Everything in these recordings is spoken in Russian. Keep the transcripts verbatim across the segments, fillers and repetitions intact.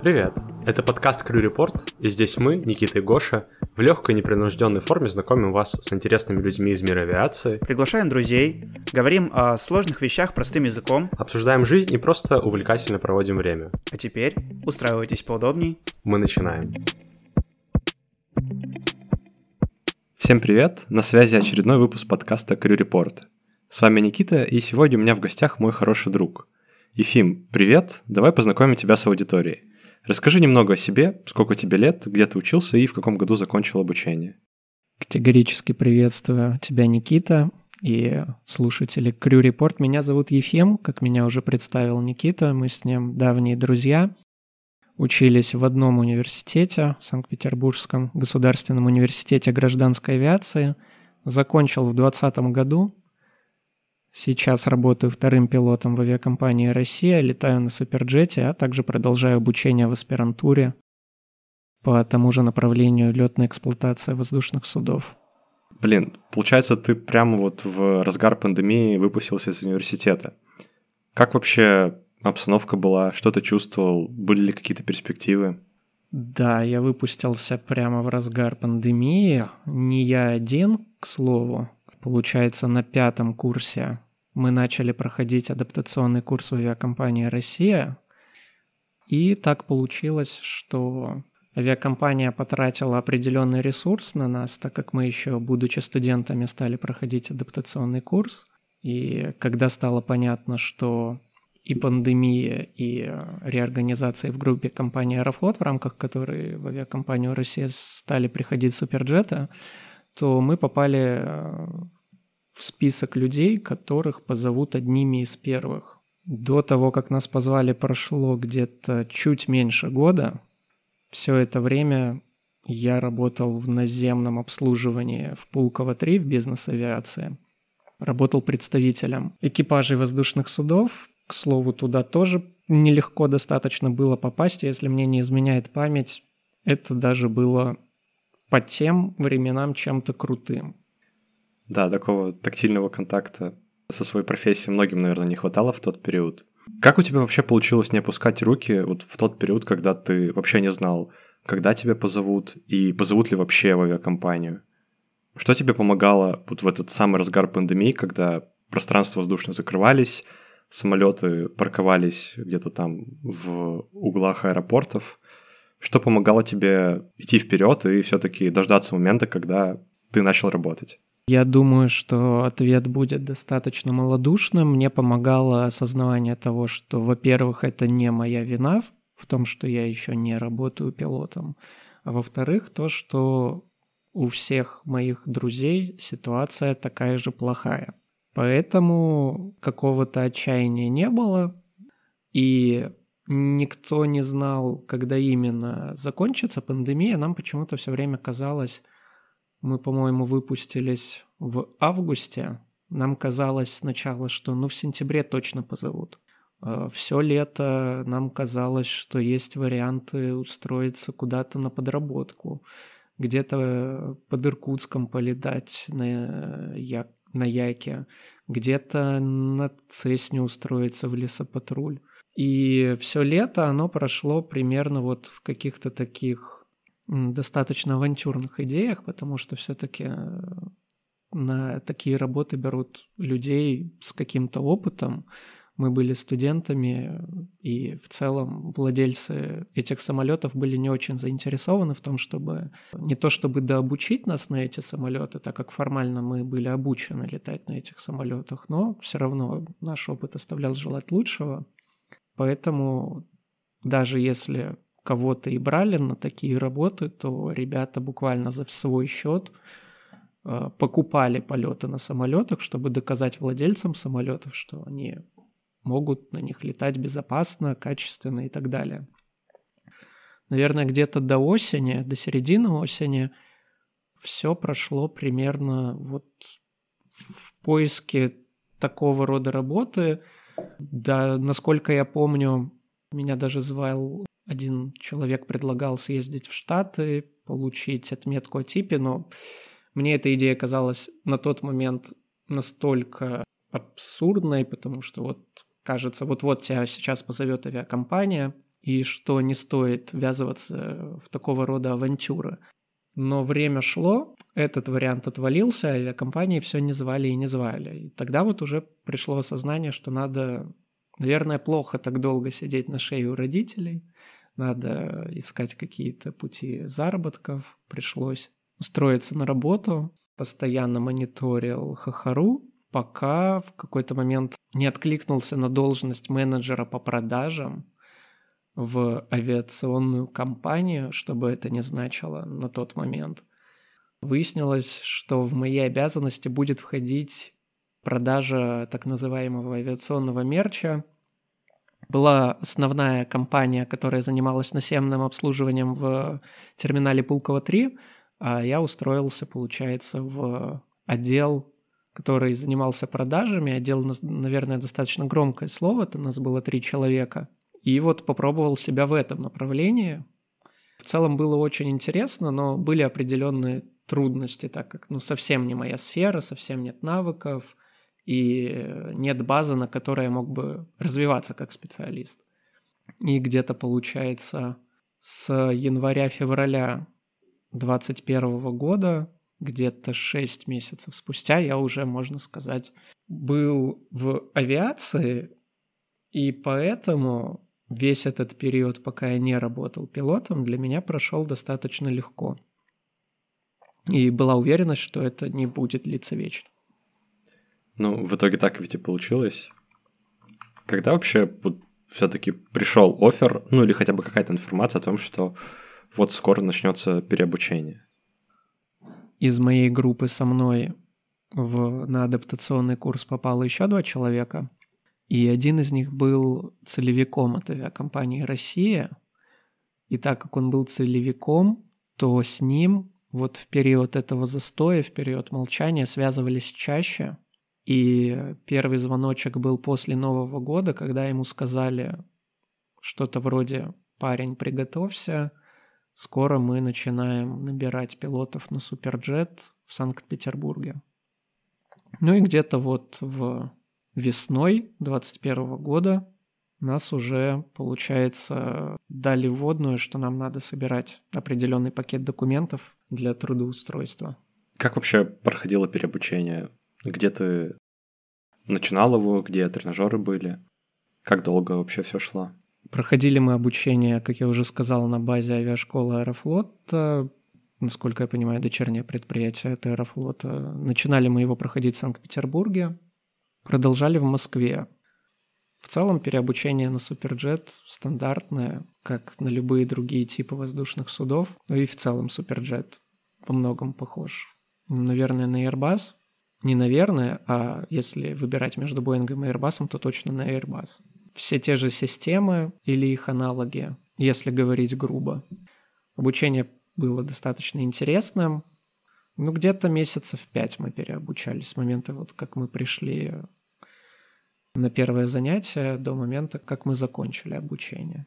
Привет! Это подкаст Crew Report, и здесь мы, Никита и Гоша, в легкой и непринужденной форме знакомим вас с интересными людьми из мира авиации, приглашаем друзей, говорим о сложных вещах простым языком, обсуждаем жизнь и просто увлекательно проводим время. А теперь устраивайтесь поудобней. Мы начинаем. Всем привет! На связи очередной выпуск подкаста Crew Report. С вами Никита, и сегодня у меня в гостях мой хороший друг. Ефим, привет! Давай познакомим тебя с аудиторией. Расскажи немного о себе, сколько тебе лет, где ты учился и в каком году закончил обучение. Категорически приветствую тебя, Никита, и слушатели Crew Report. Меня зовут Ефим, как меня уже представил Никита, мы с ним давние друзья. Учились в одном университете, Санкт-Петербургском государственном университете гражданской авиации. Закончил в двадцатом году. Сейчас работаю вторым пилотом в авиакомпании «Россия», летаю на суперджете, а также продолжаю обучение в аспирантуре по тому же направлению летная эксплуатация воздушных судов. Блин, получается, ты прямо вот в разгар пандемии выпустился из университета. Как вообще обстановка была? Что ты чувствовал? Были ли какие-то перспективы? Да, я выпустился прямо в разгар пандемии. Не я один, к слову. Получается, на пятом курсе мы начали проходить адаптационный курс в авиакомпании «Россия». И так получилось, что авиакомпания потратила определенный ресурс на нас, так как мы еще, будучи студентами, стали проходить адаптационный курс. И когда стало понятно, что и пандемия, и реорганизация в группе компании «Аэрофлот», в рамках которой в авиакомпанию «Россия» стали приходить суперджеты, то мы попали в список людей, которых позовут одними из первых. До того, как нас позвали, прошло где-то чуть меньше года. Все это время я работал в наземном обслуживании в Пулково-три в бизнес-авиации. Работал представителем экипажей воздушных судов. К слову, туда тоже нелегко достаточно было попасть, если мне не изменяет память. Это даже было по тем временам чем-то крутым. Да, такого тактильного контакта со своей профессией многим, наверное, не хватало в тот период. Как у тебя вообще получилось не опускать руки вот в тот период, когда ты вообще не знал, когда тебя позовут и позовут ли вообще в авиакомпанию? Что тебе помогало вот в этот самый разгар пандемии, когда пространства воздушные закрывались, самолеты парковались где-то там в углах аэропортов? Что помогало тебе идти вперед и все-таки дождаться момента, когда ты начал работать? Я думаю, что ответ будет достаточно малодушным. Мне помогало осознавание того, что, во-первых, это не моя вина в том, что я еще не работаю пилотом, а во-вторых, то, что у всех моих друзей ситуация такая же плохая. Поэтому какого-то отчаяния не было, и никто не знал, когда именно закончится пандемия. Нам почему-то все время казалось... Мы, по-моему, выпустились в августе. Нам казалось сначала, что ну в сентябре точно позовут. Все лето нам казалось, что есть варианты устроиться куда-то на подработку. Где-то под Иркутском полетать на, я... на Яке. Где-то на Цесне устроиться в лесопатруль. И все лето оно прошло примерно вот в каких-то таких... достаточно авантюрных идеях, потому что все-таки на такие работы берут людей с каким-то опытом. Мы были студентами, и в целом владельцы этих самолетов были не очень заинтересованы в том, чтобы не то чтобы дообучить нас на эти самолеты, так как формально мы были обучены летать на этих самолетах, но все равно наш опыт оставлял желать лучшего. Поэтому даже если кого-то и брали на такие работы, то ребята буквально за свой счет э, покупали полеты на самолетах, чтобы доказать владельцам самолетов, что они могут на них летать безопасно, качественно и так далее. Наверное, где-то до осени, до середины осени все прошло примерно вот в поиске такого рода работы. Да, насколько я помню, меня даже звал один человек, предлагал съездить в Штаты, получить отметку о типе, но мне эта идея казалась на тот момент настолько абсурдной, потому что вот кажется, вот-вот тебя сейчас позовет авиакомпания, и что не стоит ввязываться в такого рода авантюры. Но время шло, этот вариант отвалился, авиакомпании все не звали и не звали. И тогда вот уже пришло осознание, что надо, наверное, плохо так долго сидеть на шее у родителей, надо искать какие-то пути заработков. Пришлось устроиться на работу, постоянно мониторил Хохору, пока в какой-то момент не откликнулся на должность менеджера по продажам в авиационную компанию, что бы это ни значило на тот момент. Выяснилось, что в мои обязанности будет входить продажа так называемого авиационного мерча. Была основная компания, которая занималась наземным обслуживанием в терминале Пулково три, а я устроился, получается, в отдел, который занимался продажами. Отдел, наверное, достаточно громкое слово, это нас было три человека. И вот попробовал себя в этом направлении. В целом было очень интересно, но были определенные трудности, так как ну, совсем не моя сфера, совсем нет навыков и нет базы, на которой я мог бы развиваться как специалист. И где-то, получается, с января-февраля двадцать первого года, где-то шесть месяцев спустя, я уже, можно сказать, был в авиации, и поэтому весь этот период, пока я не работал пилотом, для меня прошел достаточно легко. И была уверенность, что это не будет длиться вечно. Ну, в итоге так ведь и получилось. Когда вообще вот, все-таки пришел оффер, ну или хотя бы какая-то информация о том, что вот скоро начнется переобучение? Из моей группы со мной в, на адаптационный курс попало еще два человека. И один из них был целевиком от авиакомпании «Россия». И так как он был целевиком, то с ним вот в период этого застоя, в период молчания связывались чаще. И первый звоночек был после Нового года, когда ему сказали что-то вроде «Парень, приготовься, скоро мы начинаем набирать пилотов на Суперджет в Санкт-Петербурге». Ну и где-то вот в... весной двадцать первого года нас уже, получается, дали вводную, что нам надо собирать определенный пакет документов для трудоустройства. Как вообще проходило переобучение? Где ты начинал его, где тренажеры были? Как долго вообще все шло? Проходили мы обучение, как я уже сказал, на базе авиашколы Аэрофлота. Насколько я понимаю, дочернее предприятие от Аэрофлота. Начинали мы его проходить в Санкт-Петербурге. Продолжали в Москве. В целом переобучение на Суперджет стандартное, как на любые другие типы воздушных судов. Ну и в целом Суперджет по многому похож. Наверное, на Airbus. Не наверное, а если выбирать между Боингом и Airbus, то точно на Airbus. Все те же системы или их аналоги, если говорить грубо. Обучение было достаточно интересным. Ну, где-то месяцев пять мы переобучались с момента, вот как мы пришли на первое занятие до момента, как мы закончили обучение.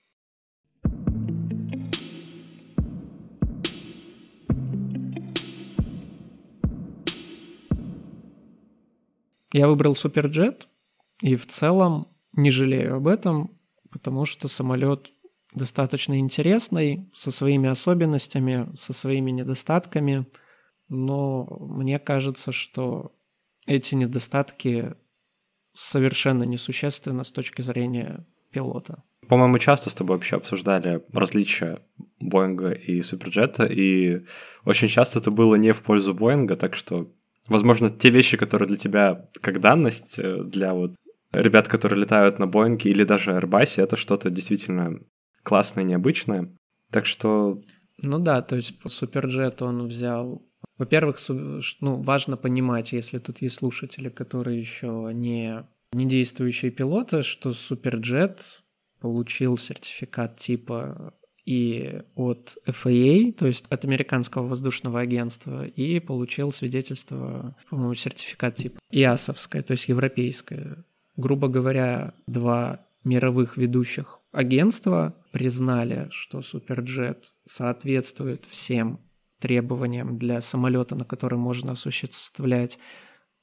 Я выбрал Суперджет, и в целом не жалею об этом, потому что самолет достаточно интересный, со своими особенностями, со своими недостатками, но мне кажется, что эти недостатки совершенно несущественны с точки зрения пилота. По-моему, часто с тобой вообще обсуждали различия Боинга и Суперджета, и очень часто это было не в пользу Боинга, так что, возможно, те вещи, которые для тебя как данность, для вот ребят, которые летают на Боинге или даже Airbus, это что-то действительно классное, необычное. Так что... Ну да, то есть Суперджет он взял... Во-первых, ну, важно понимать, если тут есть слушатели, которые еще не, не действующие пилоты, что Суперджет получил сертификат типа и от эф эй эй, то есть от Американского воздушного агентства, и получил свидетельство, по-моему, сертификат типа ИАСовское, то есть европейское. Грубо говоря, два мировых ведущих агентства признали, что Суперджет соответствует всем требованиям для самолета, на котором можно осуществлять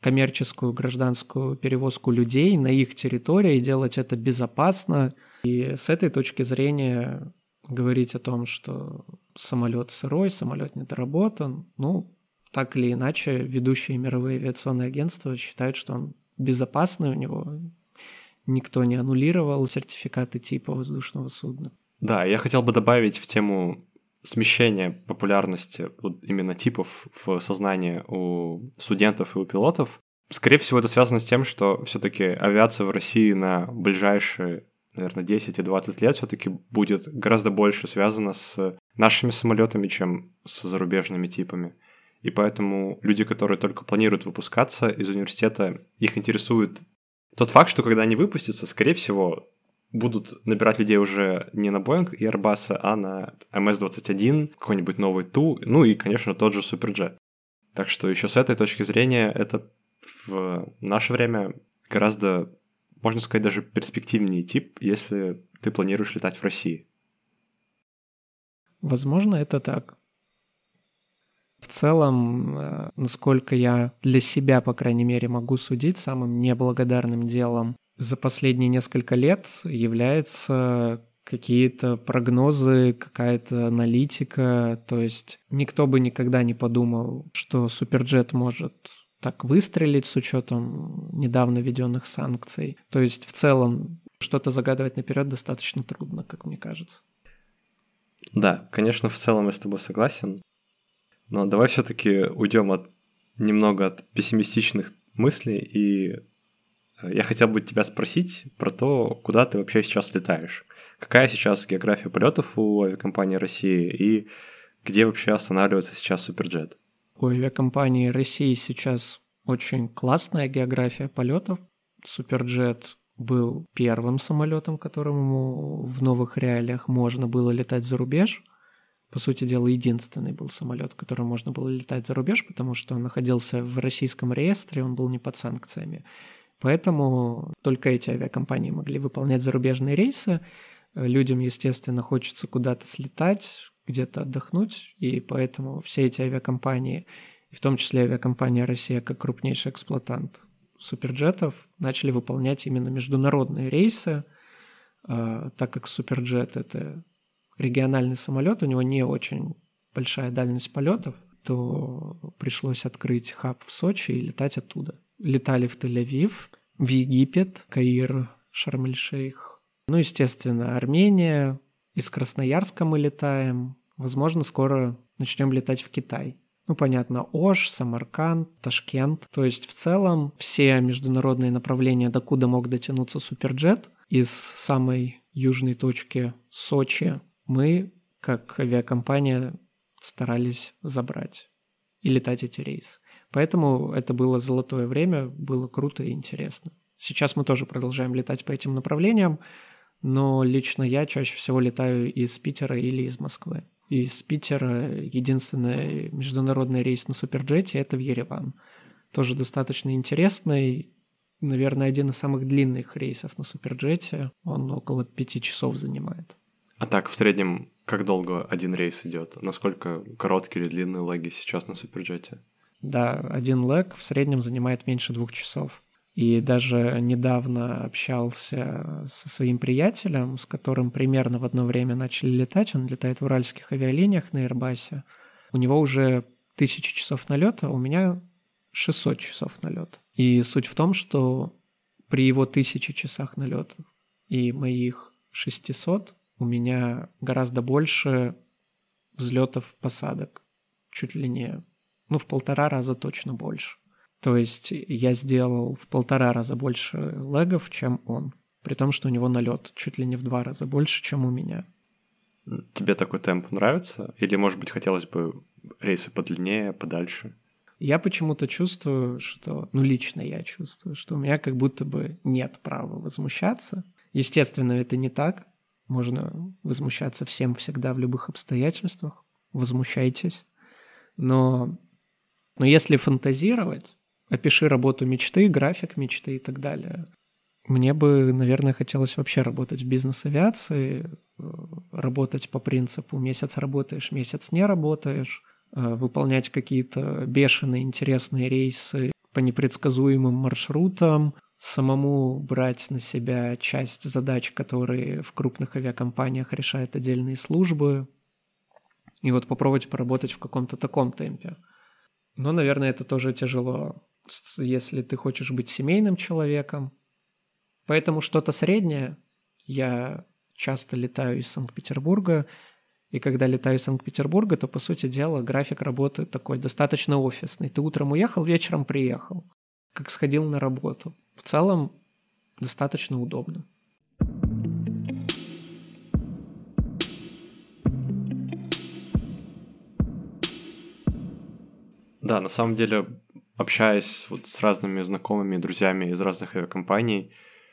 коммерческую гражданскую перевозку людей на их территории, делать это безопасно. И с этой точки зрения говорить о том, что самолет сырой, самолет недоработан, ну, так или иначе, ведущие мировые авиационные агентства считают, что он безопасный, у него никто не аннулировал сертификаты типа воздушного судна. Да, я хотел бы добавить в тему смещения популярности вот именно типов в сознании у студентов и у пилотов. Скорее всего, это связано с тем, что все-таки авиация в России на ближайшие, наверное, десять и двадцать лет все-таки будет гораздо больше связана с нашими самолетами, чем с зарубежными типами. И поэтому люди, которые только планируют выпускаться из университета, их интересует тот факт, что когда они выпустятся, скорее всего, будут набирать людей уже не на Boeing и Airbus, а на эм эс двадцать один, какой-нибудь новый Ту, ну и, конечно, тот же Суперджет. Так что еще с этой точки зрения это в наше время гораздо, можно сказать, даже перспективнее тип, если ты планируешь летать в России. Возможно, это так. В целом, насколько я для себя, по крайней мере, могу судить, самым неблагодарным делом за последние несколько лет являются какие-то прогнозы, какая-то аналитика. То есть никто бы никогда не подумал, что Суперджет может так выстрелить с учетом недавно введенных санкций. То есть в целом что-то загадывать наперед достаточно трудно, как мне кажется. Да, конечно, в целом я с тобой согласен. Но давай все-таки уйдем от немного от пессимистичных мыслей, и я хотел бы тебя спросить про то, куда ты вообще сейчас летаешь. Какая сейчас география полетов у авиакомпании России и где вообще останавливается сейчас Суперджет? У авиакомпании России сейчас очень классная география полетов. Суперджет был первым самолетом, которому в новых реалиях можно было летать за рубеж. По сути дела, единственный был самолет, которым можно было летать за рубеж, потому что он находился в российском реестре, он был не под санкциями. Поэтому только эти авиакомпании могли выполнять зарубежные рейсы. Людям, естественно, хочется куда-то слетать, где-то отдохнуть, и поэтому все эти авиакомпании, и в том числе авиакомпания «Россия» как крупнейший эксплуатант Суперджетов, начали выполнять именно международные рейсы, так как Суперджет — это региональный самолет, у него не очень большая дальность полетов, то пришлось открыть хаб в Сочи и летать оттуда. Летали в Тель-Авив, в Египет, Каир, Шарм-эль-Шейх. Ну, естественно, Армения. Из Красноярска мы летаем. Возможно, скоро начнем летать в Китай. Ну, понятно, Ош, Самарканд, Ташкент. То есть в целом все международные направления, докуда мог дотянуться Суперджет, из самой южной точки Сочи, мы, как авиакомпания, старались забрать и летать эти рейсы. Поэтому это было золотое время, было круто и интересно. Сейчас мы тоже продолжаем летать по этим направлениям, но лично я чаще всего летаю из Питера или из Москвы. Из Питера единственный международный рейс на Суперджете — это в Ереван. Тоже достаточно интересный, наверное, один из самых длинных рейсов на Суперджете. Он около пяти часов занимает. А так, в среднем, как долго один рейс идет? Насколько короткие или длинные леги сейчас на Суперджете? Да, один лэг в среднем занимает меньше двух часов. И даже недавно общался со своим приятелем, с которым примерно в одно время начали летать. Он летает в уральских авиалиниях на Airbus. У него уже тысяча часов налета, у меня шестьсот часов налета. И суть в том, что при его тысяче часах налета и моих шестисот у меня гораздо больше взлетов, посадок. Чуть ли не, ну, в полтора раза точно больше. То есть я сделал в полтора раза больше легов, чем он, при том, что у него налет чуть ли не в два раза больше, чем у меня. Тебе такой темп нравится? Или, может быть, хотелось бы рейсы подлиннее, подальше? Я почему-то чувствую, что, ну, лично я чувствую, что у меня как будто бы нет права возмущаться. Естественно, это не так. Можно возмущаться всем всегда в любых обстоятельствах. Возмущайтесь. Но, но если фантазировать, опиши работу мечты, график мечты и так далее. Мне бы, наверное, хотелось вообще работать в бизнес-авиации, работать по принципу месяц работаешь, месяц не работаешь, выполнять какие-то бешеные интересные рейсы, по непредсказуемым маршрутам, самому брать на себя часть задач, которые в крупных авиакомпаниях решают отдельные службы, и вот попробовать поработать в каком-то таком темпе. Но, наверное, это тоже тяжело, если ты хочешь быть семейным человеком. Поэтому что-то среднее. Я часто летаю из Санкт-Петербурга, и когда летаю из Санкт-Петербурга, то, по сути дела, график работы такой достаточно офисный. Ты утром уехал, вечером приехал, как сходил на работу. В целом, достаточно удобно. Да, на самом деле, общаясь вот с разными знакомыми и друзьями из разных авиакомпаний,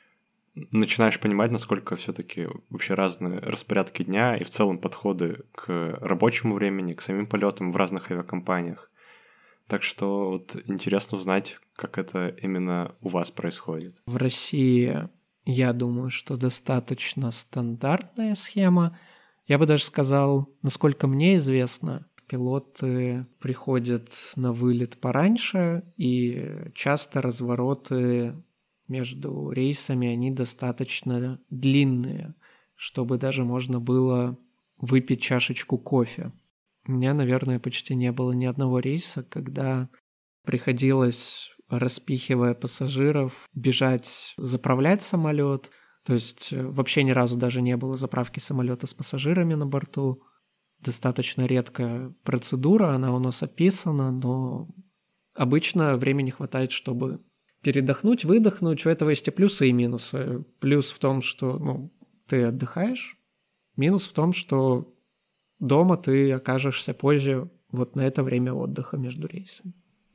начинаешь понимать, насколько все-таки вообще разные распорядки дня и в целом подходы к рабочему времени, к самим полетам в разных авиакомпаниях. Так что вот интересно узнать, как это именно у вас происходит. В России, я думаю, что достаточно стандартная схема. Я бы даже сказал, насколько мне известно, пилоты приходят на вылет пораньше, и часто развороты между рейсами, они достаточно длинные, чтобы даже можно было выпить чашечку кофе. У меня, наверное, почти не было ни одного рейса, когда приходилось, распихивая пассажиров, бежать, заправлять самолет. То есть вообще ни разу даже не было заправки самолета с пассажирами на борту. Достаточно редкая процедура, она у нас описана, но обычно времени хватает, чтобы передохнуть, выдохнуть. У этого есть и плюсы, и минусы. Плюс в том, что ну, ты отдыхаешь. Минус в том, что дома ты окажешься позже вот на это время отдыха между рейсами.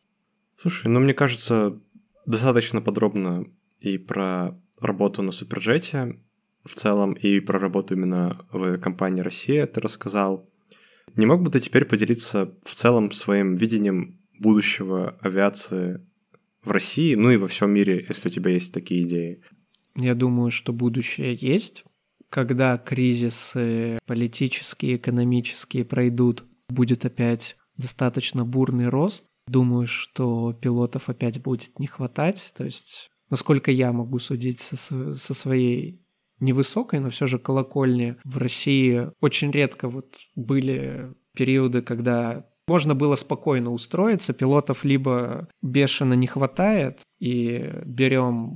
Слушай, ну мне кажется, достаточно подробно и про работу на Суперджете в целом, и про работу именно в авиакомпании «Россия» ты рассказал. Не мог бы ты теперь поделиться в целом своим видением будущего авиации в России, ну и во всем мире, если у тебя есть такие идеи? Я думаю, что будущее есть. Когда кризисы политические, экономические пройдут, будет опять достаточно бурный рост. Думаю, что пилотов опять будет не хватать. То есть, насколько я могу судить со, со своей невысокой, но все же колокольни, в России очень редко вот были периоды, когда можно было спокойно устроиться, пилотов либо бешено не хватает, и берем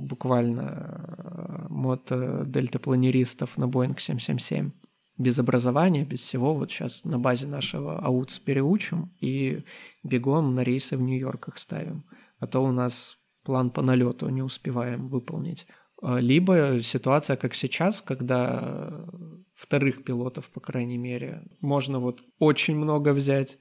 буквально мото-дельтапланеристов на Боинг семь семь семь без образования, без всего. Вот сейчас на базе нашего АУЦ переучим и бегом на рейсы в Нью-Йорк их ставим. А то у нас план по налету не успеваем выполнить. Либо ситуация, как сейчас, когда вторых пилотов, по крайней мере, можно вот очень много взять.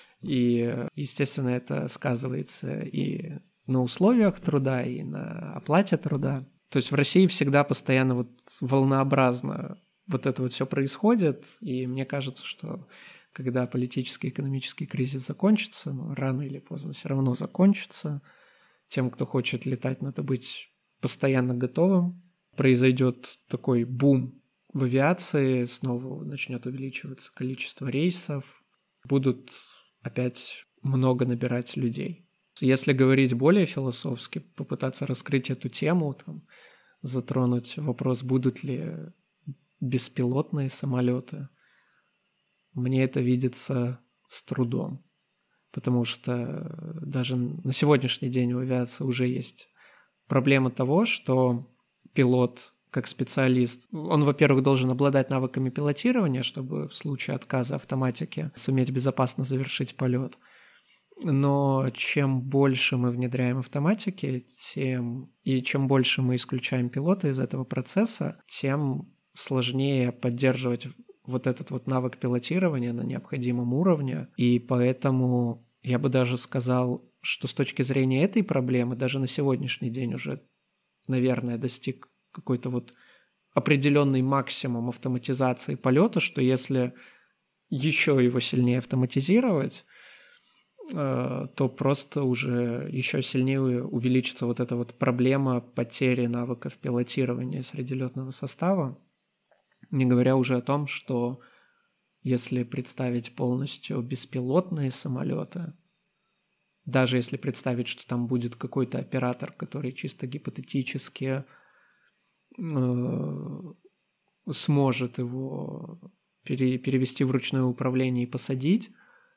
И, естественно, это сказывается и на условиях труда, и на оплате труда. То есть в России всегда постоянно вот волнообразно вот это вот все происходит. И мне кажется, что когда политический и экономический кризис закончится, ну, рано или поздно все равно закончится, тем, кто хочет летать, надо быть постоянно готовым. Произойдет такой бум в авиации, снова начнет увеличиваться количество рейсов, будут опять много набирать людей. Если говорить более философски, попытаться раскрыть эту тему, там, затронуть вопрос, будут ли беспилотные самолеты, мне это видится с трудом, потому что даже на сегодняшний день у авиации уже есть проблема того, что пилот как специалист, он, во-первых, должен обладать навыками пилотирования, чтобы в случае отказа автоматики суметь безопасно завершить полет. Но чем больше мы внедряем автоматики, тем и чем больше мы исключаем пилота из этого процесса, тем сложнее поддерживать вот этот вот навык пилотирования на необходимом уровне. И поэтому я бы даже сказал, что с точки зрения этой проблемы даже на сегодняшний день уже, наверное, достиг какой-то вот определенный максимум автоматизации полета, что если еще его сильнее автоматизировать, то просто уже еще сильнее увеличится вот эта вот проблема потери навыков пилотирования среди летного состава. Не говоря уже о том, что если представить полностью беспилотные самолеты, даже если представить, что там будет какой-то оператор, который чисто гипотетически э, сможет его пере, перевести в ручное управление и посадить,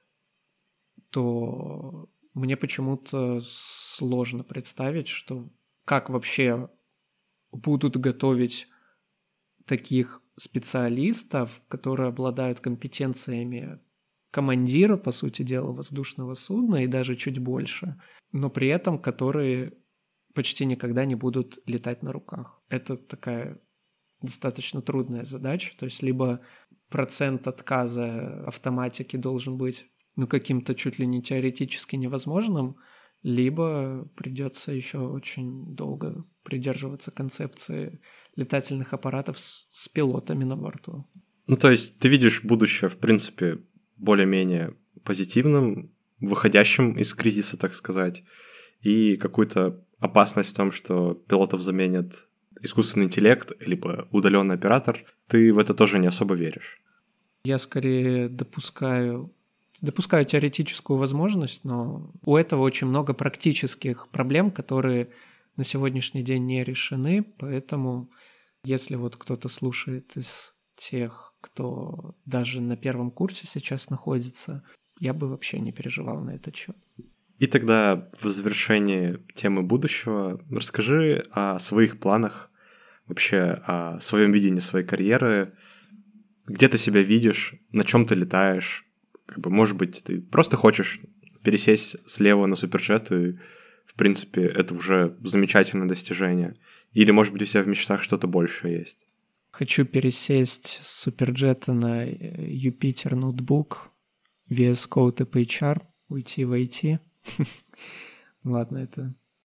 то мне почему-то сложно представить, что как вообще будут готовить таких специалистов, которые обладают компетенциями командира, по сути дела, воздушного судна и даже чуть больше, но при этом которые почти никогда не будут летать на руках. Это такая достаточно трудная задача, то есть либо процент отказа автоматики должен быть ну, каким-то чуть ли не теоретически невозможным, либо придется еще очень долго придерживаться концепции летательных аппаратов с, с пилотами на борту. Ну, то есть ты видишь будущее, в принципе, более-менее позитивным, выходящим из кризиса, так сказать, и какую-то опасность в том, что пилотов заменят искусственный интеллект, либо удаленный оператор, ты в это тоже не особо веришь? Я скорее допускаю, допускаю теоретическую возможность, но у этого очень много практических проблем, которые на сегодняшний день не решены, поэтому если вот кто-то слушает из тех, кто даже на первом курсе сейчас находится, я бы вообще не переживал на этот счет. И тогда в завершении темы будущего расскажи о своих планах, вообще о своем видении своей карьеры, где ты себя видишь, на чем ты летаешь, как бы, может быть, ты просто хочешь пересесть слева на суперджет, и, в принципе, это уже замечательное достижение. Или, может быть, у тебя в мечтах что-то большее есть? Хочу пересесть с суперджета на Юпитер ноутбук, ви эс Code и пи эйч ар, уйти в ай ти. Ладно, это...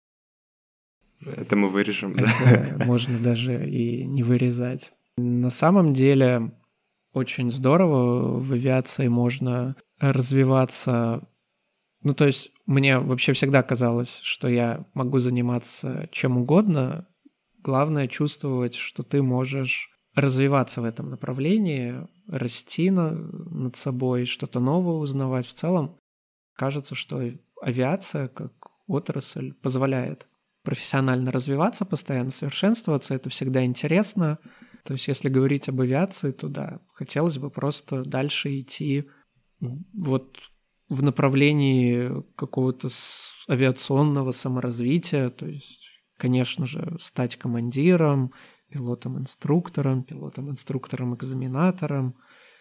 Это мы вырежем, это да? можно даже и не вырезать. На самом деле очень здорово в авиации можно развиваться. Ну, то есть мне вообще всегда казалось, что я могу заниматься чем угодно. Главное чувствовать, что ты можешь развиваться в этом направлении, расти на, над собой, что-то новое узнавать. В целом, кажется, что авиация как отрасль позволяет профессионально развиваться, постоянно совершенствоваться. Это всегда интересно. То есть если говорить об авиации, то да, хотелось бы просто дальше идти вот в направлении какого-то авиационного саморазвития, то есть, конечно же, стать командиром, пилотом-инструктором, пилотом-инструктором-экзаменатором.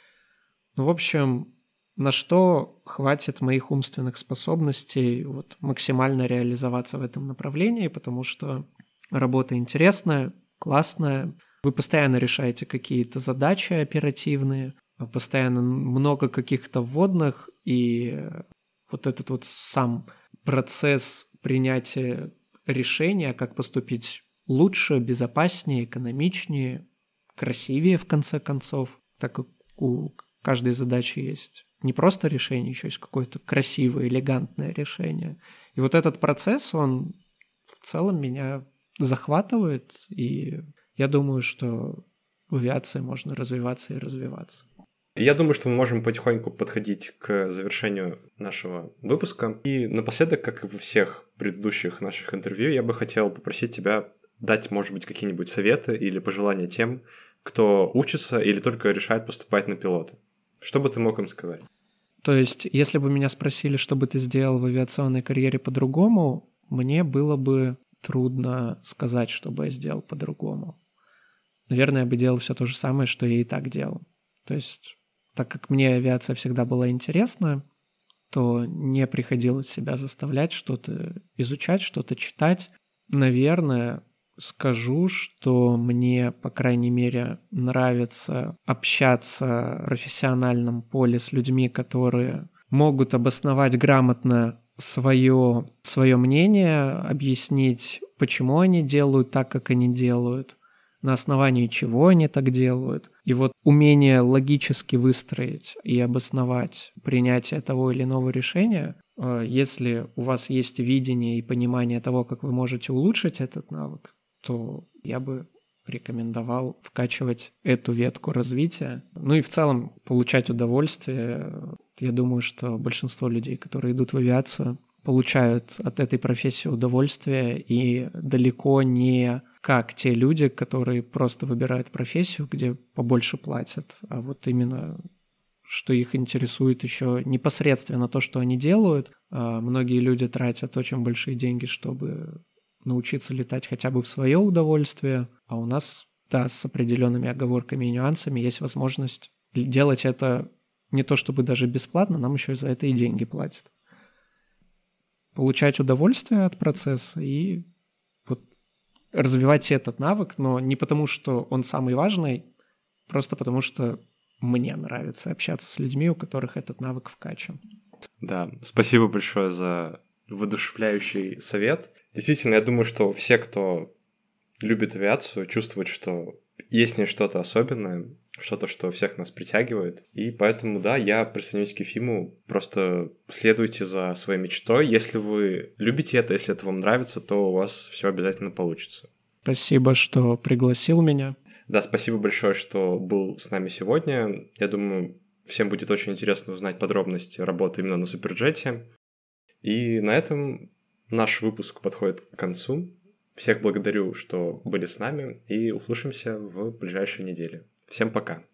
Ну, в общем, на что хватит моих умственных способностей вот, максимально реализоваться в этом направлении, потому что работа интересная, классная, вы постоянно решаете какие-то задачи оперативные, постоянно много каких-то вводных, и вот этот вот сам процесс принятия решения, как поступить лучше, безопаснее, экономичнее, красивее, в конце концов, так как у каждой задачи есть не просто решение, еще есть какое-то красивое, элегантное решение. И вот этот процесс, он в целом меня захватывает, и я думаю, что в авиации можно развиваться и развиваться. Я думаю, что мы можем потихоньку подходить к завершению нашего выпуска. И напоследок, как и во всех предыдущих наших интервью, я бы хотел попросить тебя дать, может быть, какие-нибудь советы или пожелания тем, кто учится или только решает поступать на пилота. Что бы ты мог им сказать? То есть, если бы меня спросили, что бы ты сделал в авиационной карьере по-другому, мне было бы трудно сказать, что бы я сделал по-другому. Наверное, я бы делал все то же самое, что я и так делал. То есть, так как мне авиация всегда была интересна, то не приходилось себя заставлять что-то изучать, что-то читать. Наверное, скажу, что мне, по крайней мере, нравится общаться в профессиональном поле с людьми, которые могут обосновать грамотно свое, свое мнение, объяснить, почему они делают так, как они делают, на основании чего они так делают. И вот умение логически выстроить и обосновать принятие того или иного решения, если у вас есть видение и понимание того, как вы можете улучшить этот навык, то я бы рекомендовал вкачивать эту ветку развития. Ну и в целом получать удовольствие. Я думаю, что большинство людей, которые идут в авиацию, получают от этой профессии удовольствие, и далеко не как те люди, которые просто выбирают профессию, где побольше платят, а вот именно что их интересует еще непосредственно то, что они делают. А многие люди тратят очень большие деньги, чтобы научиться летать хотя бы в свое удовольствие, а у нас, да, с определенными оговорками и нюансами есть возможность делать это не то чтобы даже бесплатно, нам еще и за это и деньги платят. Получать удовольствие от процесса и вот развивать этот навык, но не потому, что он самый важный, просто потому, что мне нравится общаться с людьми, у которых этот навык вкачан. Да, спасибо большое за воодушевляющий совет. Действительно, я думаю, что все, кто любит авиацию, чувствуют, что есть в ней что-то особенное, что-то, что всех нас притягивает. И поэтому, да, я присоединюсь к Ефиму. Просто следуйте за своей мечтой. Если вы любите это, если это вам нравится, то у вас все обязательно получится. Спасибо, что пригласил меня. Да, спасибо большое, что был с нами сегодня. Я думаю, всем будет очень интересно узнать подробности работы именно на Суперджете. И на этом наш выпуск подходит к концу. Всех благодарю, что были с нами, и услышимся в ближайшей неделе. Всем пока!